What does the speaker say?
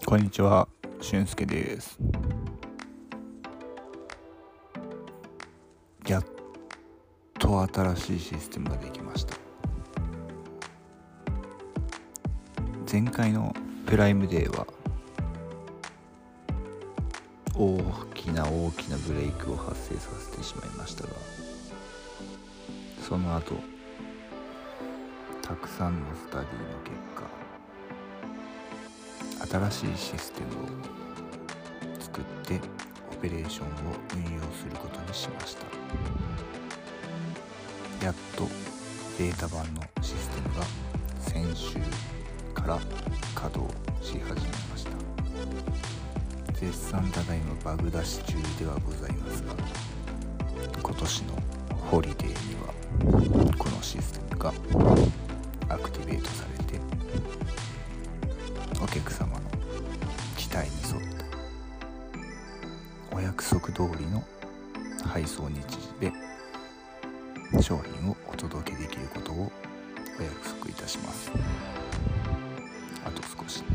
こんにちは、俊介です。やっと新しいシステムができました。前回のプライムデーは大きなブレイクを発生させてしまいましたが、その後たくさんのスタディの結果、新しいシステムを作ってオペレーションを運用することにしました。やっとベータ版のシステムが先週から稼働し始めました。絶賛ただいまバグ出し中ではございますが、今年のホリデーにはこのシステムがアクティベートされて、お客様の期待に沿ったお約束通りの配送日時で商品をお届けできることをお約束いたします。あと少し。